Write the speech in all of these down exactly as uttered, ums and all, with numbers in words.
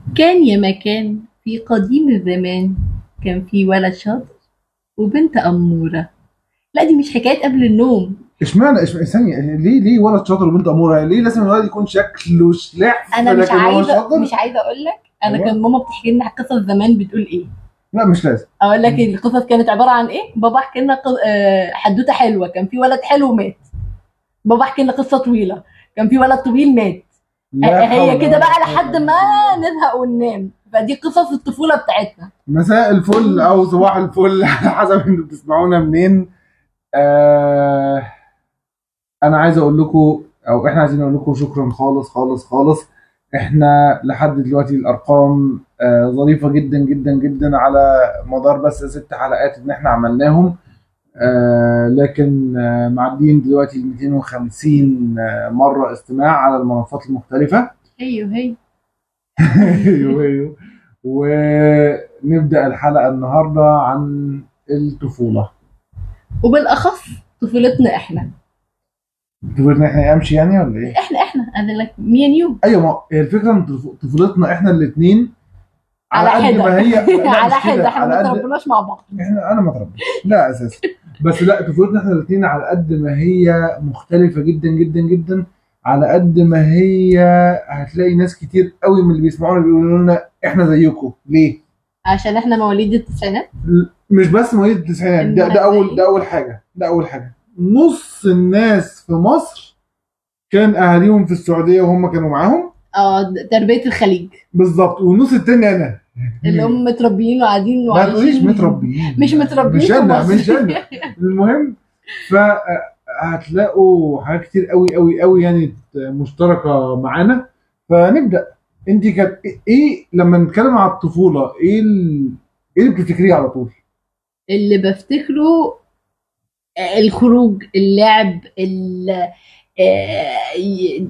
كان يا مكان في قديم الزمان، كان في ولد شاطر وبنت أمورة. لا دي مش حكاية قبل النوم. اشمعنى اشمعنى ثانيه، ليه ليه ولد شاطر وبنت اموره؟ ليه لازم الولد يكون شكله شلح أنا مش لكن هو عايزة شاطر؟ مش عايزة أقول لك. أنا ايوه. كان ماما بتحكي لنا قصص زمان بتقول إيه. لا مش لازم. أقول لك القصص كانت عبارة عن إيه. بابا حكى لنا قص... آه، حدوتة حلوة. كان في ولد حلو مات. بابا حكى لنا قصة طويلة. كان في ولد طويل مات. آه، لا هي حول كده ولا بقى قوه لحد ما الا بالله. نزهق وننام. فدي قصص الطفولة بتاعتنا. مساء الفل او صباح الفل على حسب انتوا بتسمعونا منين. آه انا عايز اقول لكم، او احنا عايزين نقول لكم شكرا خالص خالص خالص. احنا لحد دلوقتي الارقام آه ظريفه جدا جدا جدا على مدار بس ست حلقات ان احنا عملناهم. آه لكن آه معديين دلوقتي ال مئتين وخمسين آه مره استماع على المنصات المختلفه. أيوه هي. ايوه ايوه. ونبدا الحلقه النهارده عن الطفوله. وبالأخص طفولتنا إحنا. تقول ان احنا امشي يعني ولا ايه؟ إحنا إحنا أنا لك مي أند يو. ايوه، ما هي الفكره ان طف- طفولتنا احنا الاثنين على على قد حدة. ما هي، لا على مش حدة كده، احنا على ما قد تربناش مع بعض. احنا انا ما اتربيتش لا اساسا. بس لا، طفولتنا احنا الاثنين على قد ما هي مختلفه جدا جدا جدا، على قد ما هي هتلاقي ناس كتير قوي من اللي بيسمعونا بيقولوا لنا احنا زيكم ليه. عشان احنا مواليد التسعينات. ل- مش بس مواليد التسعينات، ده, ده اول ده المهزئين. اول حاجه ده اول حاجه نص الناس في مصر كان اهاليهم في السعوديه وهم كانوا معاهم. اه تربية الخليج. بالظبط، والنص التاني انا. اللي هم متربيين وقاعدين ما تقوليش وعايشين. متربيين، مش متربيين مش في انا مصر. مش انا المهم، فهتلاقوا حاجات كتير قوي قوي قوي يعني مشتركه معانا. فنبدا. انت كانت ايه لما نتكلم على الطفوله؟ ايه ال... ايه اللي بتفتكريه على طول؟ اللي بفتكره الخروج اللعب ال آه، ي-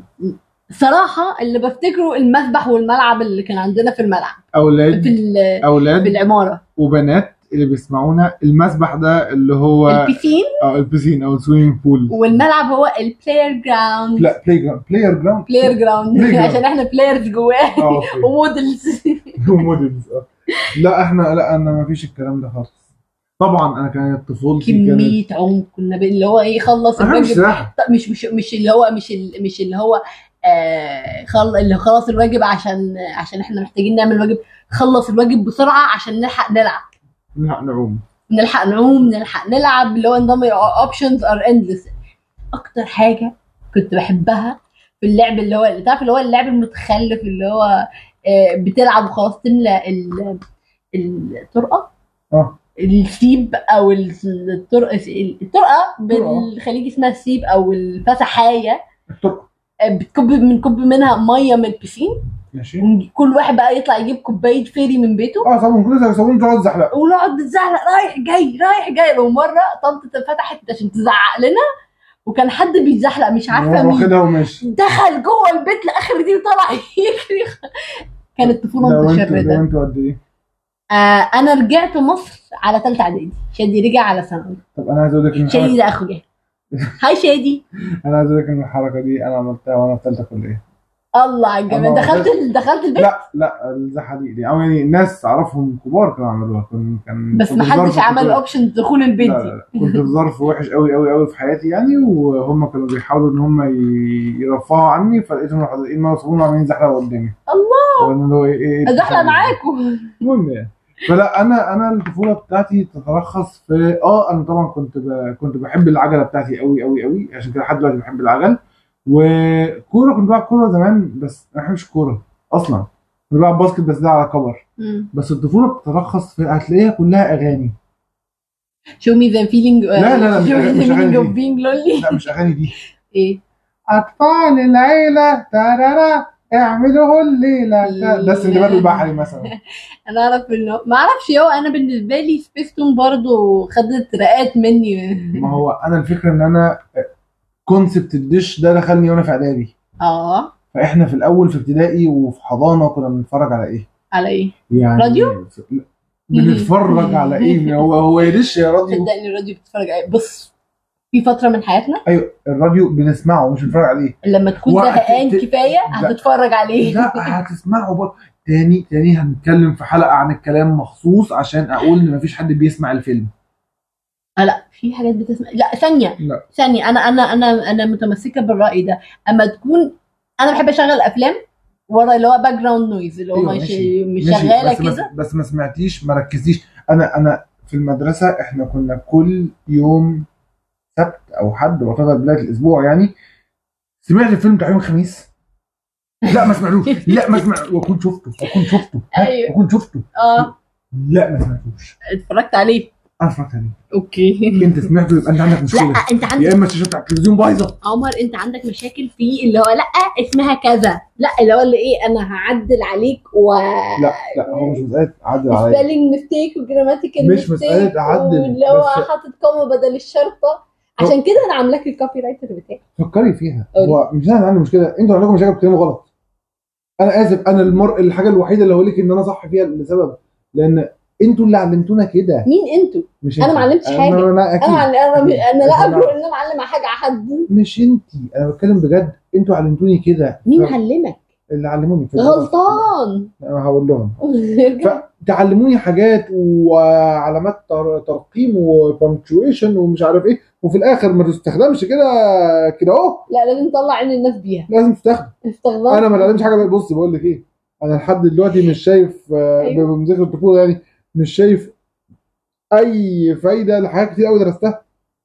صراحة اللي بفتكره المسبح والملعب اللي كان عندنا في الملعب. في اولاد ال- في اولاد العمارة. وبنات اللي بيسمعونا، المسبح ده اللي هو البيسين. اه البسين او السويمنج بول. والملعب هو البلاير جراوند. لا بلاي جراوند، بلاير جراوند بلاير جراوند بلاي جراوند. عشان احنا بلايرز جواه. اه اوكي. ومودلز. ومودلز اه. لا احنا لا انا ما فيش الكلام ده خالص. طبعا انا كانت طفولتي كانت كمية عمق كنا ب- اللي هو ايه خلص انا مش الواجب. سلاح. طب مش مش مش اللي هو مش ال- مش اللي هو آه خل اللي خلص الواجب عشان عشان احنا محتاجين نعمل واجب. خلص الواجب بسرعة عشان نلحق نلعب. لا نعوم. نلحق نعوم نلحق نلعب اللي هو نظام options are endless. اكتر حاجة كنت بحبها في اللعب اللي هو اللي تعرف اللي هو اللعب المتخلف اللي هو آه بتلعب وخلاص تملى ال- الطرقة. اه السيب او الطرقه. الطرقه بالخليج اسمها السيب او الفسحايه. الطرق. بتكب من كب منها ميه من البسين. ماشي. كل واحد بقى يطلع يجيب كوبايه فيري من بيته. اه صابون، كل ده صابون تقعد تزحلق. ونقعد نتزحلق رايح جاي رايح جاي. لو مره طنط فتحت عشان تزعق لنا وكان حد بيتزحلق مش عارفه مين. واخدها وماشي. دخل جوه البيت لاخر دي وطلع يجري. كانت طفوله لو انتوا متشرده. لو انتوا قد ايه؟ آه انا رجعت مصر على ثالثه اعدادي. شادي رجع على ثانوي. طب انا عايز اقول لك ان شادي الحركه ده اخويا. هاي شادي. انا عايز اقول لك ان الحركه دي انا عملتها وانا في ثالثه كليه. الله على الجمال. أنا دخلت عملت- دخلت البيت. لا لا الزحاليق دي او يعني ناس اعرفهم كبار كانوا عملوها. كان كان بس كنت ما في حدش ظرف- عمل كنت- اوبشن دخول البيت لا دي. لا لا كنت في ظرف وحش قوي قوي قوي في حياتي يعني، وهم كانوا بيحاولوا ان هم ي- يرفعوا عني، فلقيتهم راحوا حاطين ميه وصابون وعاملين زحلقه قدامي. الله. وانا اللي هو ايه ايه ازحلق معاكم. المهم يعني. فلا انا انا الطفوله بتاعتي تتلخص في اه انا طبعا كنت ب... كنت بحب العجله بتاعتي قوي قوي قوي، عشان كده لحد دلوقتي بحب العجل. وكوره كنت بلعب كوره زمان، بس ما بحبش الكوره اصلا. كنت بلعب باسكت بس ده على كبر. مم. بس الطفوله بتتلخص في هتلاقيها كلها اغاني. show me the feeling. لا، لا، لا، مش show me أغاني- the مش أغاني feeling of دي. being lonely. لا مش اغاني دي. ايه. اطفال العيله تارارا اعملوا الليله ده, ده السندباد البحري مثلا. انا اعرف انه ما اعرفش. هو انا بالنسبه لي سبيستون برضو خدت رقات مني. ما هو انا الفكره ان انا كونسبت الدش ده دخلني وانا في اعدادي. اه. فاحنا في الاول في ابتدائي وفي حضانه كنا بنتفرج على ايه؟ على ايه؟ يعني راديو؟ بنتفرج على ايه؟ هو هو يدش يا راديو. صدقني الراديو بتتفرج على إيه؟ بص في فتره من حياتنا ايوه الراديو بنسمعه مش بنتفرج عليه. لما تكون وقت زهقان ت- كفايه لا. هتتفرج عليه. لا هتسمعه برضه. تاني تاني هنتكلم في حلقه عن الكلام مخصوص عشان اقول ان مفيش حد بيسمع الفيلم. آه لا في حاجات بتسمع. لا ثانيه لا ثانيه انا انا انا انا متمسكه بالراي ده. اما تكون انا بحب اشغل افلام ورا اللي هو باك جراوند نويز اللي هو أيوة مش ماشي. مش ماشي. شغاله بس ما- كده. بس ما سمعتيش ما ركزتيش. انا انا في المدرسه احنا كنا كل يوم سبت او حد وطبعا بدايه الاسبوع يعني سمعت الفيلم بتاع يوم الخميس. لا ما سمعتوش. لا ما سمعت واكون شفته واكون شفته ها؟ أيوة. واكون شفته. اه لا ما سمعتوش. اتفرجت عليه. انا اتفرجت عليه. اوكي. انت سمعته يبقى انت عندك لا مشكله. انت يا عندك اما الشاشه بتاع التلفزيون بايظه. عمر انت عندك مشاكل في اللي هو لا اسمها كذا لا اللي هو اللي ايه انا هعدل عليك و لا لا هو مش مساله اعدل عليا. سبيلنج ميستيك وجراماتيكال مش مسألة أعدل، واللي هو بس- حاطط كومه بدل الشرطه عشان كده انا عاملاك الكوبي رايتر بتاعي. فكري فيها. قولي. هو مش انا عندي مشكله انتوا عندكم مشاكل بتتكلموا غلط. انا اسف انا المر... الحاجه الوحيده اللي هقول لك ان انا صح فيها لسبب لان انتوا اللي علمتونا كده. مين انتوا؟ مش أنا انتي. ما علمتش أنا- حاجة. انا اكيد انا انا أكيد. انا لا أنا- اجرؤ ان انا معلم على حاجه على حد. مش انتي انا بتكلم بجد انتوا علمتوني كده. مين ف- علمك؟ اللي علموني في الدراسة. غلطان. انا هقول لهم فتعلموني حاجات وعلامات تر- ترقيم وبنكتويشن ومش عارف ايه وفي الاخر ما تستخدمش كده كده اهو. لا لازم نطلع عين الناس بيها. لازم تستخدم. استخدام. انا ما اتعلمتش حاجه. بص بقول لك ايه انا لحد دلوقتي مش شايف آه، أيوة. بمذاكره الطفوله يعني مش شايف اي فايده لحاجات كتير قوي درستها.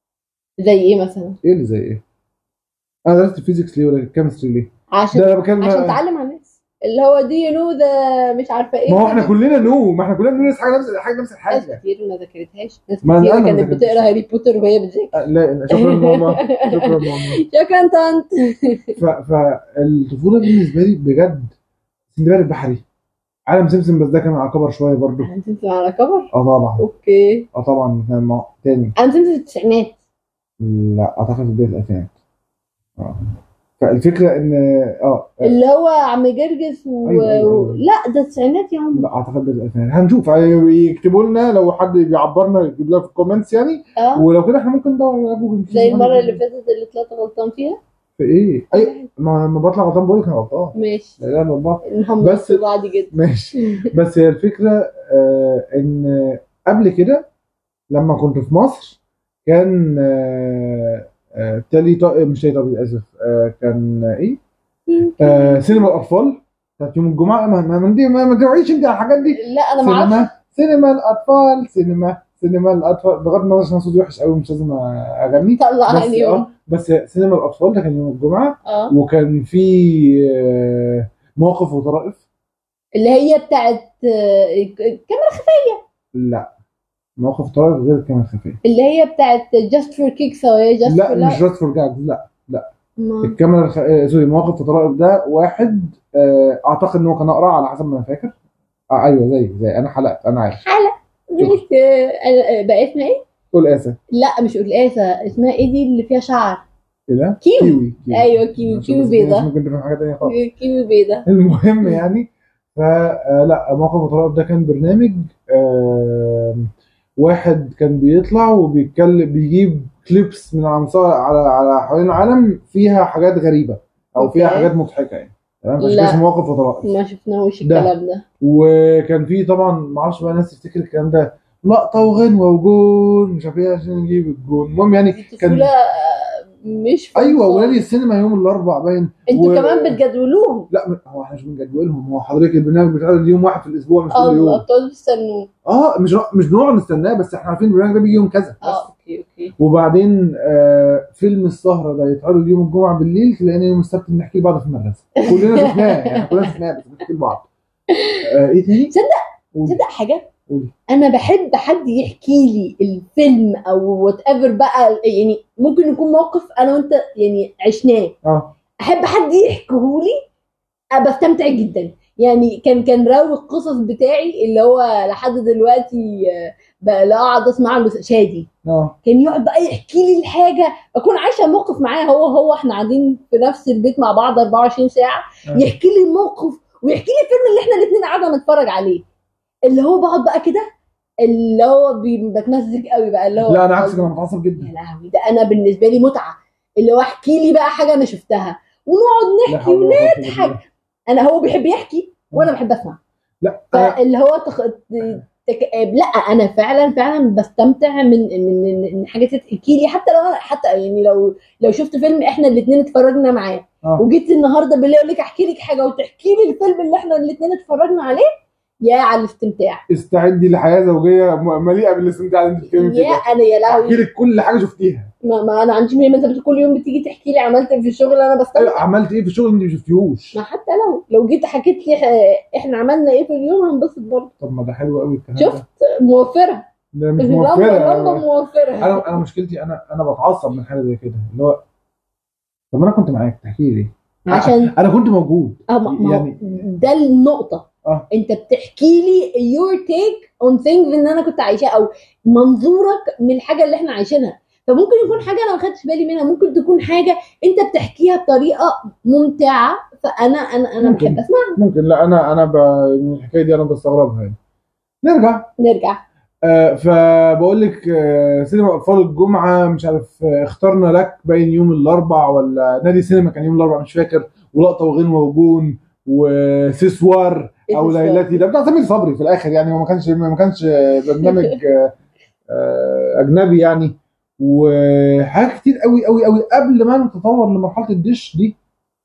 زي ايه مثلا؟ ايه اللي زي ايه؟ انا درست الفيزيكس ليه ولا الكيمستري ليه؟ عشان ده انا بتكلم عشان تعلم على الناس اللي هو دي يو نو ده مش عارفه ايه. ما هو احنا كلنا نو ما احنا كلنا بندرس حاجه نفس حاجه نفس ناس الحاجه. كتير ما ذاكرتهاش. ناس ما كتير أنا ما كانت ذاكرتش. بتقرا هاري بوتر وهي بتذاكر. آه، لا شكرا ماما شكرا ماما. شكرا طنط. ف... فالطفوله بالنسبه لي بجد سندباد البحري عالم سمسم بس ده كان على كبر شويه برضه. هنسمع على كبر. اه طبعا اوكي. اه طبعا كان مع- تاني انا سمعت في التسعينات. لا اعتقد في بدايه الالفينات. اه فالفكره ان اه اللي هو عم جرجس و... أيوة، أيوة، و... أيوة. لا ده التسعينات يا عم. لا اعتقد بدايه الالفينات. هنشوف يكتبوا لنا لو حد بيعبرنا يكتب لنا في الكومنتس يعني. اه ولو كده احنا ممكن ندور على جوجل. زي المره اللي فاتت اللي طلعت غلطان فيها. في ايه؟ اي ما ما بطلع غلطان بقول لك انا غلطان. ماشي. لا لا والله هم بس- بس عادي جدا. ماشي. بس هي الفكره آه ان قبل كده لما كنت في مصر كان آه آه تالي طا... مش تالي طبيب اسف آه كان ايه آه سينما الاطفال بتاعت يوم الجمعه. ما ما ما- دي ما ما توعيش انت على الحاجات دي. لا انا ما اعرفش. سينما سينما الاطفال سينما سينما الاطفال بغض النظر عشان صوتي وحش قوي مش لازم اغني. طلع بس عليهم. اه بس سينما الاطفال ده كان يوم الجمعه اه وكان في آه مواقف وطرائف. اللي هي بتاعت آه، الكاميرا الخفيه. لا مواقف وطرائف غير الكاميرا الخفيه. اللي هي بتاعت جاست فور كيكس او هي جاست لا مش جاست فور جاجز. لا ما. الكاميرا الخ... آه، سوري مواقف وطرائف ده واحد آه اعتقد ان هو كان اقرا على حسب ما انا فاكر. آه ايوه زي زي انا حلقت انا عارف. حلقه قلت آه، بقى اسمها ايه؟ قول اسف. لا مش قلقاسه اسمها ايه دي اللي فيها شعر؟ ايه ده؟ كيوي. كيوي, كيوي. ايوه كيوي عشان كيوي بس بيضه. الناس ممكن تفهم حاجه ثانيه خالص. كيوي بيضه. المهم يعني فلا موقف وطرائف ده كان برنامج آه واحد كان بيطلع وبيتكلم بيجيب كليبس من على على على حوالين العالم فيها حاجات غريبه او فيها أوكي. حاجات مضحكه يعني تمام. عشان لا. كده اسمه مواقف وطرائف. ما شفناهوش ده. الكلام ده. وكان في طبعا ما اعرفش بقى ناس تفتكر الكلام ده لقطه وغنوه وجون مش عارف ايه عشان نجيب الجون. المهم يعني دي كان طفوله آه، مش ايوه فاهمة. ولادي السينما يوم الاربع باين. انتوا و- كمان بتجدولوهم. لا هو احنا مش بنجدولهم. هو حضرتك البرنامج بيتعرض يوم واحد في الاسبوع مش كل الله يوم. بتقعدوا تستنوه. اه مش مش بنقعد نستناه بس احنا عارفين البرنامج ده بيجي يوم كذا. اه اوكي اوكي. وبعدين آه فيلم السهره ده يتعرض يوم الجمعه بالليل تلاقينا يوم السبت بنحكي لبعض في المدرسه. كلنا شفناه يعني كلنا شفناه بس بنحكي لبعض. آه ايه تاني؟ قولي. تصدق حاجه؟ قولي. انا بحب حد يحكي لي الفيلم او وات ايفر بقى يعني ممكن يكون موقف انا وانت يعني عشناه. اه احب حد يحكيهولي أنا بستمتع جدا. يعني كان كان راوي القصص بتاعي اللي هو لحد دلوقتي آه، بقى لا اقعد اسمع له شادي. اه كان يقعد بقى يحكي لي الحاجه اكون عايشه موقف معاه هو هو احنا قاعدين في نفس البيت مع بعض أربعة وعشرين ساعه آه. يحكي لي الموقف ويحكي لي الفيلم اللي احنا الاثنين قعدنا نتفرج عليه اللي هو بقعد بقى كده اللي هو بي- بتمزج قوي بقى اللي هو لا انا عكسك، انا متعصب جدا. يا لهوي ده انا بالنسبه لي متعه، اللي هو احكي لي بقى حاجه انا شفتها ونقعد لا نحكي حول ولا قوة إلا ونضحك. بالله. انا هو بيحب يحكي وانا بحب اسمع، لا انا فاللي هو تخ... تك... لا انا فعلا فعلا بستمتع من من ان إن حاجه تتحكي لي، حتى لو انا حتى يعني لو لو شفت فيلم احنا الاثنين اتفرجنا معاه اه وجيت النهارده بالليل اقول لك احكي لك حاجه وتحكي لي الفيلم اللي احنا الاثنين اتفرجنا عليه، يا على الاستمتاع. استعدي لحياه زوجيه م- مليئه بالاستمتاع اللي انت بتتكلمي يا فيه ده. انا يا احكي لهوي لك كل حاجه شفتيها. ما, ما انا عندي ما انت بت- كل يوم بتيجي تحكي لي عملت إيه في الشغل انا أيوة، بستمتع. عملت ايه في الشغل انت ما شفتيهوش؟ ما حتى لو لو جيت حكيت لي ح- احنا عملنا ايه في اليوم هنبسط برضه. طب ما ده حلو قوي الكلام شفت ده. موفره ده مش لمبه موفره. لمبه موفره. انا انا مشكلتي انا انا بتعصب من حاجه زي كده، اللي هو طب ما انا كنت معاك تحكي لي. عشان انا كنت موجود اه ما ما هو يعني. ده النقطة. اه انت بتحكي لي your take on things ان انا كنت عايشاها او منظورك من الحاجة اللي احنا عايشينها، فممكن يكون حاجة انا ما خدتش بالي منها، ممكن تكون حاجة انت بتحكيها بطريقة ممتعة فانا انا انا ممكن. بحب اسمعها. ممكن. لا انا انا ب... من الحكايه دي انا بستغربها يعني. نرجع. نرجع. آه فبقول لك آه سينما اطفال الجمعه مش عارف آه اخترنا لك باين يوم الاربع ولا نادي سينما كان يوم الاربع مش فاكر، ولقطه وغنوه وجون وسيسوار او إيه ليلتي ده بتاع سمير صبري في الاخر يعني، هو ما كانش ما كانش برنامج آه آه اجنبي يعني. وحاجات كتير قوي قوي قوي قبل ما نتطور لمرحله الدش دي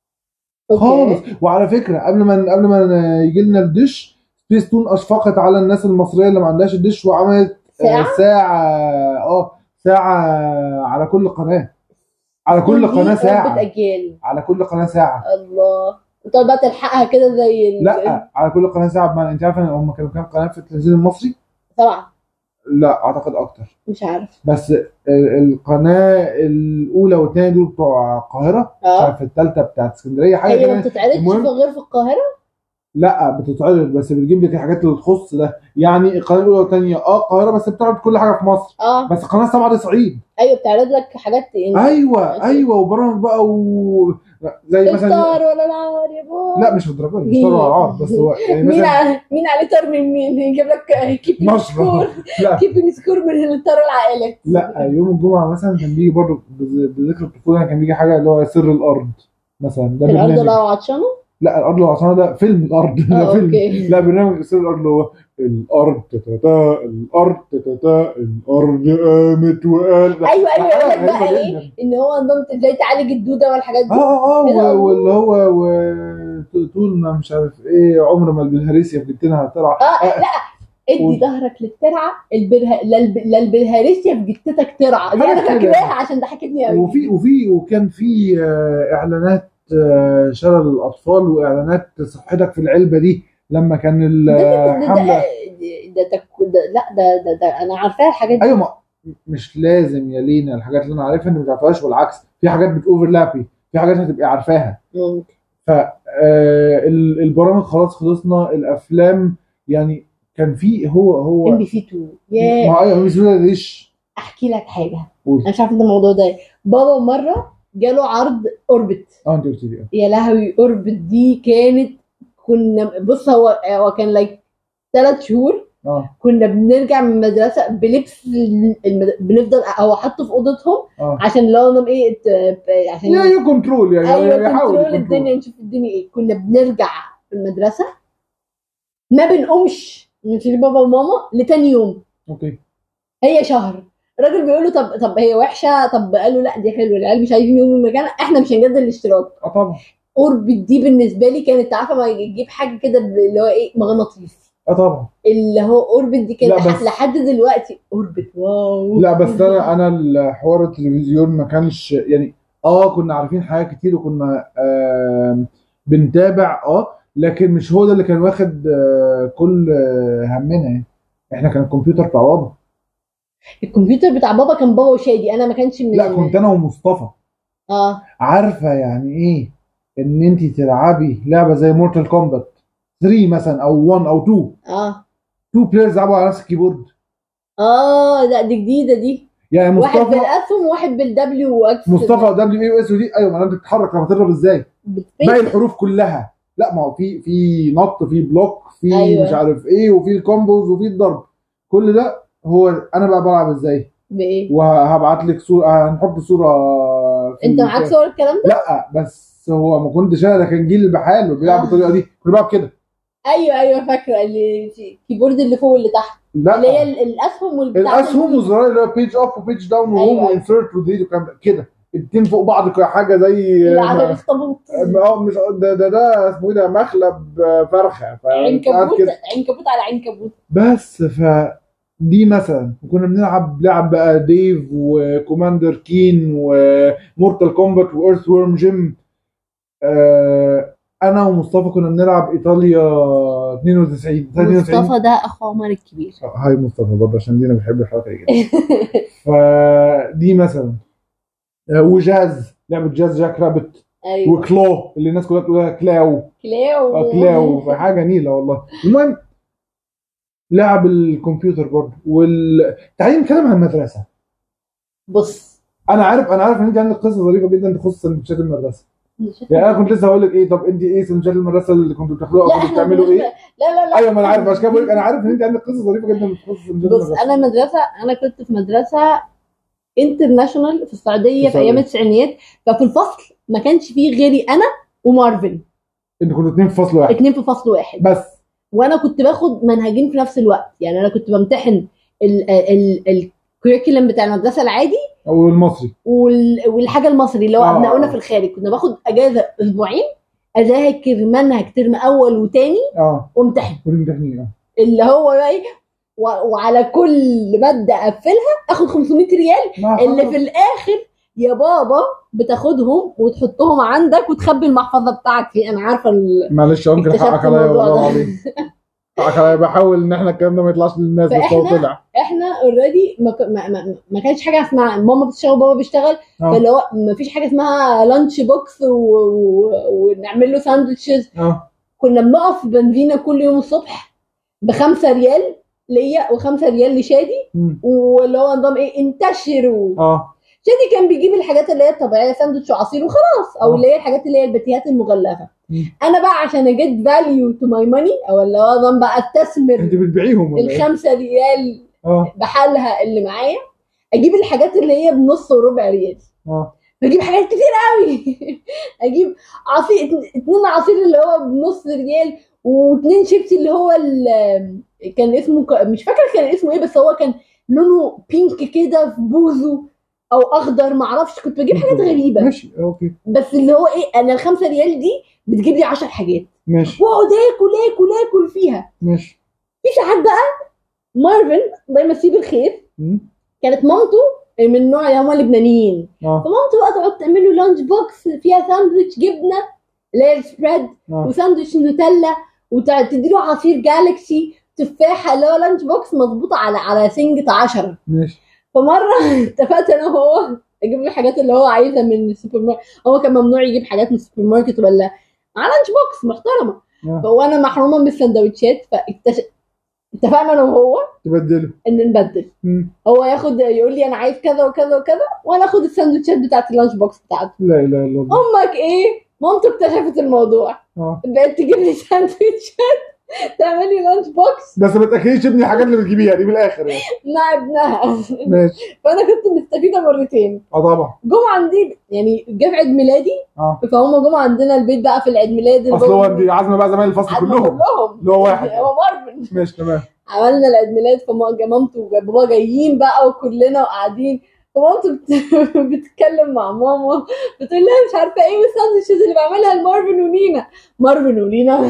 خالص. اوكي. وعلى فكره قبل ما قبل ما يجي لنا الدش، سبيس تون اشفقت على الناس المصريه اللي ما عندهاش الدش وعملت آه، ساعة ساعه اه ساعه على كل قناه، على كل قناه ربة ساعه، اجيال. على كل قناه ساعه. الله تقعد بقى تلحقها كده زي ال... لا على كل قناه ساعه. بمعنى انت عارف ان هم كانوا كام قناه في التلفزيون المصري؟ طبعا لا اعتقد اكتر، مش عارف. بس ال- القناه الاولى والثانيه دول بتوع القاهره، مش اه عارف الثالثه بتاعت اسكندريه حاجه هي ما كده. بتتعرضش المهم في غير في القاهرة. لا بتتعرض بس بتجيب لك الحاجات اللي تخص ده يعني. القناه الاولى والثانيه اه القاهره بس بتعرض كل حاجه في مصر، اه بس قناه سبعه دي صعيد. ايوه بتعرض لك حاجات يعني ايوه ايوه وبرامج بقى و... زي مثلا الطار ولا العار يا بابا. لا مش الدرجات دي، مش طار ولا عار، بس هو يعني مين مثلا ع... مين عليه طار من مين يجيب لك كيبنج مشروع. سكور لا كيبنج سكور من الطار العائلات. لا يوم الجمعه مثلا كان بيجي برضه بذ- بذكر الطفوله كان بيجي حاجه اللي هو سر الارض مثلا، ده الارض برنامج. لو عطشانه. لا الارض لو عطشانه ده فيلم الارض اه ده فيلم. اوكي. لا برنامج سر الارض اللي هو الارض تتتا الارض تتتا الارض قامت وقال لا، ايوه ايوه يقول لك غريبة بقى جداً. ايه ان هو نظام ازاي تعالج الدوده والحاجات دي. اه اه إيه ده؟ اه و- واللي هو و- طول ما مش عارف ايه عمر ما البلهارسيا في جبتنا هتطلع. اه آه، لا ادي قول. ظهرك للترعه البره... للب... للبلهارسيا في جتتك ترعه دي حاجة انا كده. فاكراها عشان ضحكتني قوي. وفي وفي وكان في آه، اعلانات آه، شلل الاطفال واعلانات صحتك في العلبه دي لما كان ده ده ده, ده, الحمله. ده, ده, ده لا ده, ده, ده انا عارفاها الحاجات دي. ايوه ما مش لازم يا لينا الحاجات اللي انا عارفها انت ما تعرفهاش، والعكس في حاجات بتوفرلابي، في حاجات هتبقى عارفاها. ممكن. فالبرامج خلاص خلصنا، الافلام يعني كان في هو هو ام بي سي اتنين ياه. ما ايوه مش ليش. احكي لك حاجه قول. انا مش عارفه انت الموضوع ده. بابا مره جاله عرض اوربت. اه انت قلت لي. يا لهوي اوربت دي كانت كنا بص هو هو كان لايك ثلاث شهور اه كنا بنرجع من المدرسه بلبس المد... بنفضل هو حاطه في اوضتهم اه عشان لو نم ايه ت- عشان يا يو كنترول يعني ايوه يحاول كنترول الدنيا نشوف الدنيا ايه. كنا بنرجع في المدرسه ما بنقومش من سرير بابا وماما لتاني يوم. اوكي. هي شهر. الراجل بيقول له طب طب هي وحشه، طب قال له لا دي حلوه العيال مش عايزين يقوموا من المكان احنا مش هنجدد الاشتراك. اه طبعا. اوربت دي بالنسبه لي كانت عارفه ما يجيب حاجه كده ب- اللي هو ايه مغناطيس اه طبعا. اللي هو اوربت دي لا كانت بس- لحد دلوقتي اوربت واو. لا بس انا انا الحوار التلفزيون ما كانش يعني اه كنا عارفين حاجات كتير وكنا آه بنتابع اه لكن مش هو ده اللي كان واخد آه كل آه همنا يعني. احنا كان الكمبيوتر بتاع بابا. الكمبيوتر بتاع بابا كان بابا وشادي انا ما كانش من لا كنت انا ومصطفى. اه عارفه يعني ايه ان انت تلعبي لعبه زي مورتال كومبات ثلاثة مثلا او واحد او اتنين، اه اتنين بلايرز يلعبوا على نفس الكيبورد. اه لا دي جديده دي. يعني واحد مصطفى بالاسهم وواحد بالدبليو واكس. مصطفى دبليو اي اس ودي ايوه ما انت بتتحرك لما تضرب ازاي بتبيت. باقي الحروف كلها. لا ما هو في في نط في بلوك في أيوة. مش عارف ايه وفي الكومبوز وفي الضرب. كل ده هو انا بقى بلعب ازاي. بايه؟ وهبعت لك صوره، هنحط صوره في انت معاك صور الكلام ده؟ لا بس هو ما كنتش انا، ده كان جيل بحاله بيلعب آه. بالطريقه دي، كنت بلعب كده. ايوه ايوه فاكره اللي الكيبورد اللي فوق واللي تحت، لا اللي هي ال- الاسهم والبتاع الاسهم والزراير اللي هو بيج اب وبيج داون وهوم أيوة. وانسرت وديليت والكلام ده كده، الاتنين فوق بعض حاجه زي اللي على الاخطبوط، اه مش ده ده ده اسمه ايه ده، مخلب فرخه ف- عنكبوت كده. عنكبوت على عنكبوت. بس ف دي مثلا، وكنا بنلعب لعب بقى ديف وكوماندر كين ومورتال كومبات وايرث ورم جيم. آه انا ومصطفى كنا بنلعب ايطاليا اتنين وتسعين. مصطفى ده اخو عمر الكبير. هاي مصطفى برضه عشان دينا بتحب الحركه دي جدا. فدي مثلا آه، وجاز، لعبه جاز جاك رابت. ايوه وكلو اللي الناس كلها بتقولها كلاو. كلاو آه، كلاو حاجه نيله والله. المهم لعب الكمبيوتر برضه والتعليم. كلام عن المدرسه. بص انا عارف انا عارف ان انت عندك قصه ظريفه جدا تخص سندوتشات المدرسه. يعني انا كنت لسه هقول لك ايه، طب انت ايه سندوتشات المدرسه اللي كنتوا بتاخدوها او كنتوا بتعملوا ايه؟ لا لا لا ايوه ما انا عارف، عشان كده بقول لك انا عارف ان انت عندك قصه ظريفه جدا تخص سندوتشات بص المدرسه. انا مدرسه، انا كنت في مدرسه انترناشونال في السعوديه في ايام السعودية. التسعينيات، ففي الفصل ما كانش فيه غيري انا ومارفن، انتوا كنتوا اتنين في فصل واحد اتنين في فصل واحد بس. وانا كنت باخد منهجين في نفس الوقت، يعني انا كنت بمتحن الكوريكولم بتاع المدرسه العادي او المصري وال- والحاجه المصري اللي هو آه. ابنائنا في الخارج. كنا باخد اجازه اسبوعين اذاكر منهج ترم اول وتاني اه وامتحن، والامتحانين اه اللي هو بقى ايه، و- وعلى كل ماده اقفلها اخد خمسمية ريال، ما اللي خلاص. في الاخر يا بابا بتاخدهم وتحطهم عندك وتخبي المحفظه بتاعتي. انا عارفه ال... معلش يا انكل اكتشفت حقك عليا الموضوع والله ده. العظيم. حقك عليا، بحاول ان احنا الكلام ده ما يطلعش للناس بس هو فإحنا- طلع. احنا اوريدي ما, ك- ما, ما, ما كانش حاجه اسمها ماما بتشتغل وبابا بيشتغل، اه فاللي هو ما فيش حاجه اسمها لانش بوكس و... و... ونعمل له ساندوتشز. اه كنا بنقف في بنزينه كل يوم الصبح بخمسة ريال ليا وخمسة ريال لشادي، مم. واللي هو نظام ايه، انتشروا. اه شادي كان بيجيب الحاجات اللي هي الطبيعيه، ساندوتش وعصير وخلاص، او آه. اللي هي الحاجات اللي هي الباتيهات المغلفه. مم. انا بقى عشان اجيت فاليو تو ماي ماني، او اللي هو نظام بقى استثمر انت بتبيعيهم ولا ايه؟ الخمسة ريال اه بحالها اللي معايا، اجيب الحاجات اللي هي بنص وربع ريال. اه بجيب حاجات كتير قوي. اجيب عصير، اتنين عصير اللي هو بنص ريال، واتنين شيبسي اللي هو ال- كان اسمه ك- مش فاكره كان اسمه ايه، بس هو كان لونه بينك كده في بوزه او اخضر معرفش. كنت بجيب حاجات غريبه، ماشي اوكي بس اللي هو ايه، انا الخمسة ريال دي بتجيب لي عشر حاجات ماشي واقعد اكل اكل اكل فيها. ماشي. في ساعات بقى مارفن الله يمسيه بالخير مم. كانت مامته من النوع اللي هم لبنانيين، اه فمامته بقى تقعد تعمل له لانش بوكس فيها ساندوتش جبنه اللي هي السبريد اه وساندوتش نوتيلا، وتدي له عصير جالكسي تفاحه اللي هو لانش بوكس مظبوط على على سنجة عشرة. ماشي. فمره اتفقت انا وهو اجيب له الحاجات اللي هو عايزها من السوبر ماركت. هو كان ممنوع يجيب حاجات من السوبر ماركت ولا على لانش بوكس محترمه، آه. فهو انا محرومه من السندوتشات. فاكتشف اتفقنا انا وهو تبدله. ان نبدل، مم. هو ياخد يقول لي انا عايز كذا وكذا وكذا، وانا اخد الساندوتشات بتاعت اللانش بوكس بتاعته. لا اله الا الله. امك ايه، مامته اكتشفت الموضوع، اه بقت تجيب لي ساندوتشات تعمل لي لانش بوكس بس ما تاكليش ابني الحاجات اللي بتجيبيها دي من الاخر يعني. مع ابنها. ماشي. فانا كنت مستفيده مرتين. اه طبعا. جم عندي يعني جه في عيد ميلادي، اه فهم جم عندنا البيت بقى في العيد ميلاد. اصل هو انت عازمه بقى زمايل الفصل عازمة كلهم كلهم اللي هو واحد. هو مارفن. ماشي تمام. عملنا العيد ميلاد، فمامته وبابا جايين بقى وكلنا وقاعدين، فمامته بت... بتتكلم مع ماما بتقول لها مش عارفه ايه الساندوتشز اللي بعملها لمارفن ونينا. مارفن ونينا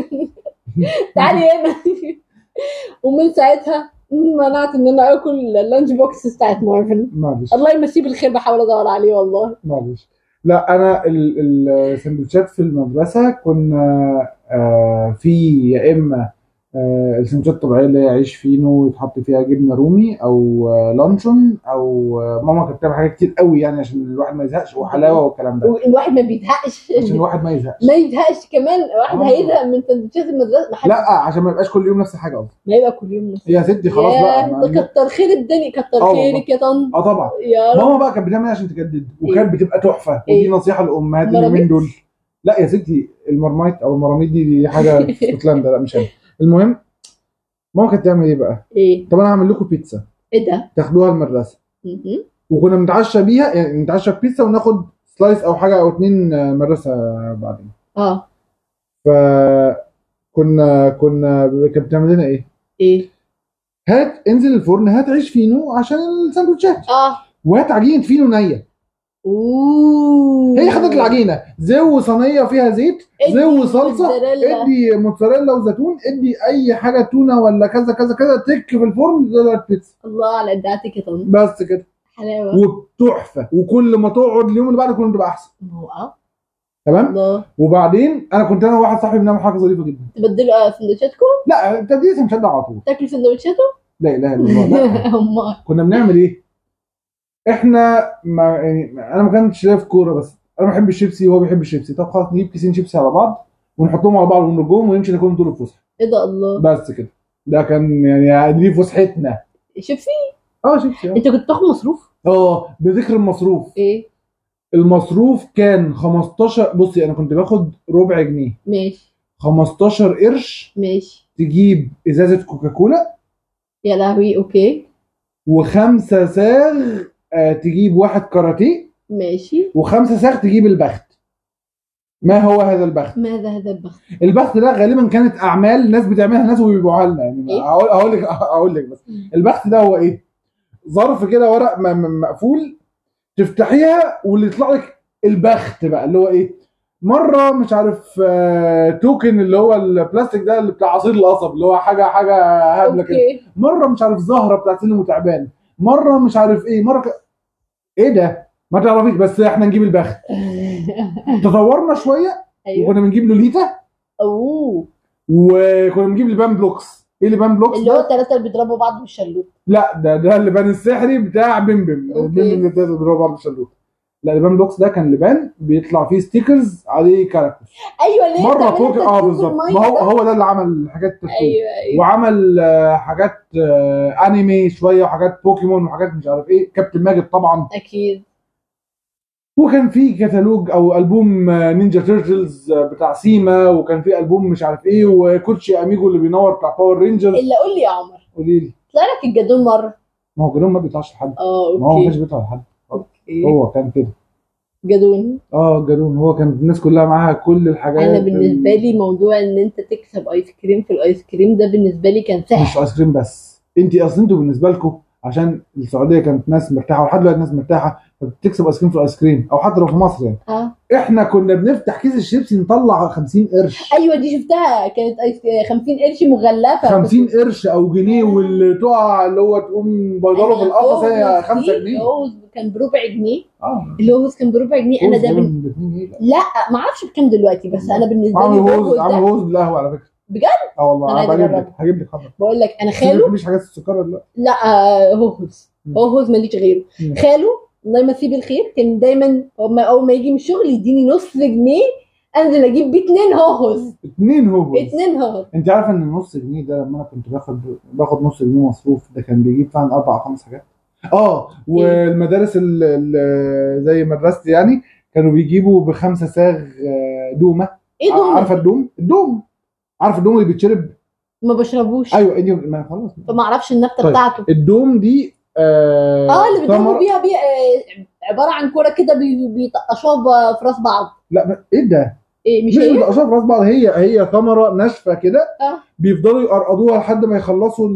تعالي هنا. ومن ساعتها منعت ان انا اكل اللانش بوكس بتاعت مارفن. معلش الله يمسيه بالخير، بحاول ادور عليه والله. معلش. لا انا ال- السندوتشات في المدرسه كنا آه في يا اما آه السندوتشات الطبيعيه اللي هي عيش فينو يتحط فيها جبنه رومي، او آه لانشون، او آه ماما كانت بتعمل حاجات كتير قوي يعني عشان الواحد ما يزهقش، وحلاوه والكلام ده الواحد ما بيزهقش، عشان الواحد ما يزهقش. ما يزهقش كمان. واحد آه. هيزهق من سندوتشات المدرسه؟ ما حد- لا عشان ما يبقاش كل يوم نفس الحاجه اصلا. ما يبقى كل يوم نفس. يا ستي خلاص بقى ياه، ما- ده كتر خير الدنيا، كتر آه خيرك يا طن. اه طبعا. يا رب. ماما بقى كانت بتعمل إيه عشان تجدد، وكانت بتبقى تحفه. ودي إيه؟ نصيحه للامهات مراميط؟ اليومين دول. لا يا ستي المرميت او المراميط دي, دي حاجه في اسكتلندا، لا مش انا. المهم ماما كانت تعمل ايه بقى؟ ايه؟ طب انا هعمل لكم بيتزا ايه ده؟ تاخدوها المدرسه، مهم. وكنا بنتعشى بيها، يعني نتعشى بيتزا وناخد سلايس او حاجه او اتنين آه، مدرسه بعدين. اه فكنا كنا كانت بتعمل لنا ايه؟ ايه؟ هات انزل الفرن، هات عيش فينو عشان الساندوتشات، اه وهات عجينه فينو نيه. اوه هي خدت العجينه، زو صينيه فيها زيت، ادي زو صلصه، موتزاريلا. ادي موتزاريلا وزيتون، ادي اي حاجه تونه ولا كذا كذا كذا، تك في الفرن طلعت بيتزا. الله على ابداعتك يا طنط. بس كده، حلاوه. وتحفه، وكل ما تقعد اليوم اللي بعده كل ما تبقى احسن. هو اه تمام. الله. وبعدين انا كنت انا وواحد صاحبي بنعمل حاجه ظريفه جدا. تبدلوا سندوتشاتكم؟ لا تبديل مشدع على طول. تاكلوا سندوتشاته؟ لا اله الا الله. لا امال كنا بنعمل ايه؟ احنا ما يعني انا ما كنتش شايف كوره، بس انا بحب الشيبسي وهو بيحب الشيبسي. طب خلاص نجيب كيسين شيبسي على بعض ونحطهم على بعض ونرجوهم ونمشي ناكلهم طول الفسحه. ايه ده الله. بس كده، ده كان يعني دي فسحتنا. شيبسي؟ اه شيبسي. اه انت كنت بتاخد مصروف؟ اه بذكر المصروف، ايه؟ المصروف كان خمستاشر. بصي انا كنت باخد ربع جنيه، ماشي خمستاشر قرش ماشي. تجيب ازازه كوكاكولا، يا لهوي اوكي. وخمسه ساغ آه تجيب واحد كاراتيه، ماشي. وخمسه ساغ تجيب البخت. ما هو هذا البخت؟ ماذا هذا البخت؟ البخت ده غالبا كانت اعمال ناس بتعملها ناس وبيبيعوها لنا يعني. إيه؟ هقول هقول لك هقول لك بس البخت ده هو ايه؟ ظرف كده ورق م- م- مقفول، تفتحيها واللي يطلع لك البخت بقى اللي هو ايه؟ مره مش عارف آه، توكن اللي هو البلاستيك ده اللي بتاع عصير القصب اللي هو حاجه حاجه هبله كده. اوكي. مره مش عارف زهره بتاعت سلم وتعبان، مره مش عارف ايه، مره ك... ايه ده؟ ما تعرفيش، بس احنا نجيب البخت. تطورنا شويه ايوه. وكنا بنجيب لوليتا، اوه وكنا بنجيب لبان بلوكس. ايه لبان بلوكس اللي هو ده؟ الثلاثه اللي بيضربوا بعض بالشلوت. لا ده ده اللبان السحري بتاع بمبم. أوكي. بمبم اللي بيضرب بعض بالشلوت. لا لبان بلوكس ده كان لبان بيطلع فيه ستيكرز عليه كاركتر. ايوه ليه؟ مره بتعملها فوق اه تاتو بالظبط، بالمية ما هو ده؟ هو ده اللي عمل حاجات تاتو. ايوه ايوه. وعمل آه، حاجات آه، انمي شويه، وحاجات بوكيمون، وحاجات مش عارف ايه، كابتن ماجد طبعا. اكيد. وكان في كتالوج او البوم آه، نينجا تيرتلز آه، بتاع سيما، وكان في البوم مش عارف ايه، وكوتشي اميجو اللي بينور بتاع باور رينجرز. الا قول لي يا عمر، قولي لي. طلع لك الجدول مره؟ ما هو جدون ما بيطلعش لحد. اه ما هو ما كانش اوكي بيطلع لحد. اوكي. هو كان كده. جدول. اه جدون هو كان الناس كلها معاها كل الحاجات. انا بالنسبه لي موضوع ان انت تكسب ايس كريم في الايس كريم ده بالنسبه لي كان مش سحر. ايس كريم بس، انت اصل انتوا بالنسبه لكم عشان السعوديه كانت ناس مرتاحه ولحد دلوقتي ناس مرتاحه، فبتكسب ايس كريم في الايس كريم، او حتى لو في مصر يعني. اه احنا كنا بنفتح كيس الشيبسي نطلع خمسين قرش. ايوه دي شفتها، كانت ايس خمسين قرش مغلفه. خمسين قرش او جنيه، واللي تقع اللي هو تقوم بيضرب في القفص هي خمسة جنيه. هو كان بربع جنيه. اه اللي هو كان بربع جنيه. انا ده بن... بن... لا ما اعرفش بكام دلوقتي، بس انا بالنسبه لي عامل هوز هوز عامل ده هوز بالقهوه على فكره. بجد؟ اه والله أنا انا عايزة هجيب لك أجربها. هجيب لك خبر. بقول لك انا انت ما خاله. بتحبيش حاجات السكر ولا لا؟ لا آه، هوز مم. هوز ماليش غيره. مم. خاله الله يمسيه بالخير كان دايما أما اول ما يجي من الشغل يديني نص جنيه انزل اجيب بيه اتنين هوز. اتنين هوز. اتنين هوز. انت عارف ان النص جنيه ده لما انا كنت باخد باخد نص جنيه مصروف، ده كان بيجيب فعلا اربع او خمس حاجات. اه والمدارس ال- ال- زي مدرستي يعني كانوا بيجيبوا بخمسه ساغ آه، دومه. ايه دول؟ عارفه الدوم؟ الدوم عارف الدوم اللي بيتشرب؟ ما بشربوش. ايوه انت ما خلاص. فما اعرفش النبته طيب. بتاعته. الدوم دي اه, اه اللي بيضربوا ثمرة- بيها بيها آه، عباره عن كوره كده بي- بيطقشوها في راس بعض. لا ما- ايه ده؟ ايه مش مش هي؟ بتقشرها في راس بعض، هي هي ثمره ناشفه كده. اه بيفضلوا يقرقضوها لحد ما يخلصوا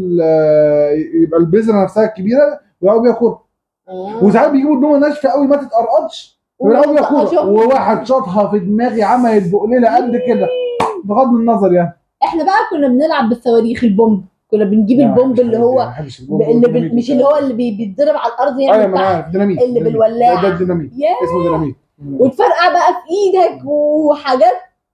ال- يبقى البذره نفسها الكبيره ويلعبوا بيها كوره. آه. وساعات بيجيبوا الدومه ناشفه قوي ما تتقرقضش ويلعبوا بيها كوره. ويطقشوها. وواحد شاطها في دماغي عملت بقليله قد كده، بغض النظر يعني. احنا بقى كنا بنلعب بالصواريخ البومب. كنا بنجيب لا، البومب مش اللي الحاجات دي، هو ما بحبش البومب اللي والديناميت بال... مش اللي هو اللي بي- بيتضرب على الارض ايوه يعمل ما انا تحت. عارف ديناميت. اللي ديناميت. بالولاعة. ده ده الديناميت. ياه. اسمه ديناميت. وتفرقع بقى في ايدك وحاجات.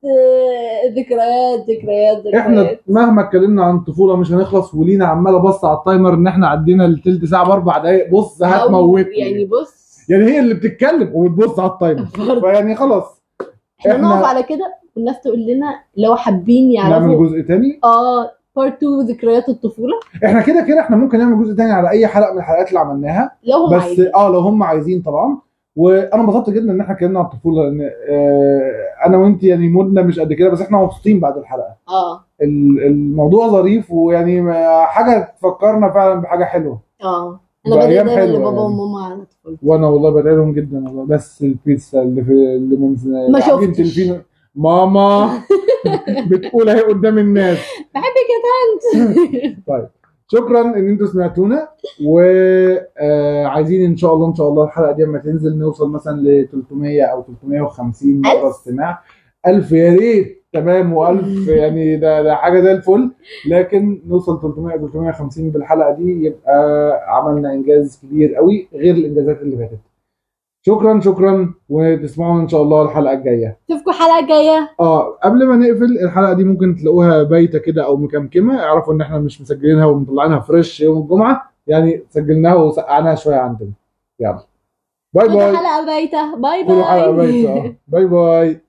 آه، ذكريات ذكريات ذكريات. احنا مهما اتكلمنا عن الطفوله مش هنخلص، ولينا عماله بص على التايمر ان احنا عدينا التلت ساعه باربع دقايق. بص أو هتموتني يعني بص يعني هي اللي بتتكلم وبتبص على التايمر فيعني خلاص. احنا إحنا- نقف على كده والناس تقول لنا لو حابين نعمل يعرفوا جزء تاني. اه بارت اتنين ذكريات الطفوله احنا كده كده احنا ممكن نعمل جزء تاني على اي حلقه من الحلقات اللي عملناها، لو هم بس عايزين. اه لو هم عايزين طبعا. وانا انبسطت جدا ان احنا اتكلمنا عن الطفوله، لان آه، انا وانت يعني مودنا مش قد كده، بس احنا مبسوطين بعد الحلقه. اه ال- الموضوع ظريف، ويعني ما- حاجه تفكرنا فعلا بحاجه حلوه، اه انا بدعي بايام دايما حلوه لبابا يعني. وماما على طفولتي. وانا والله بدعي لهم جدا والله. بس البيتزا اللي في اللي من ما عجينه شفتش. الفينو، ماما بتقول اهي قدام الناس. بحبك يا طنط. طيب شكرا ان انتوا سمعتونا، وعايزين ان شاء الله ان شاء الله الحلقه دي لما تنزل نوصل مثلا ل ثلاثمية او ثلاثمية وخمسين مره استماع. ألف يا ريت، تمام، و1000 يعني ده ده حاجه زي الفل، لكن نوصل ثلاثمية او ثلاثمية وخمسين بالحلقه دي يبقى عملنا انجاز كبير قوي غير الانجازات اللي فاتت. شكرا شكرا، وتسمعونا ان شاء الله الحلقه الجايه. اشوفكم الحلقه الجايه. اه قبل ما نقفل الحلقه دي ممكن تلاقوها بايته كده او مكمكمه، اعرفوا ان احنا مش مسجلينها ومطلعينها فريش يوم الجمعه، يعني سجلناها وسقعناها شويه عندنا. يلا باي باي. حلقه بايته. باي كل حلقه بايته. باي. اه باي باي.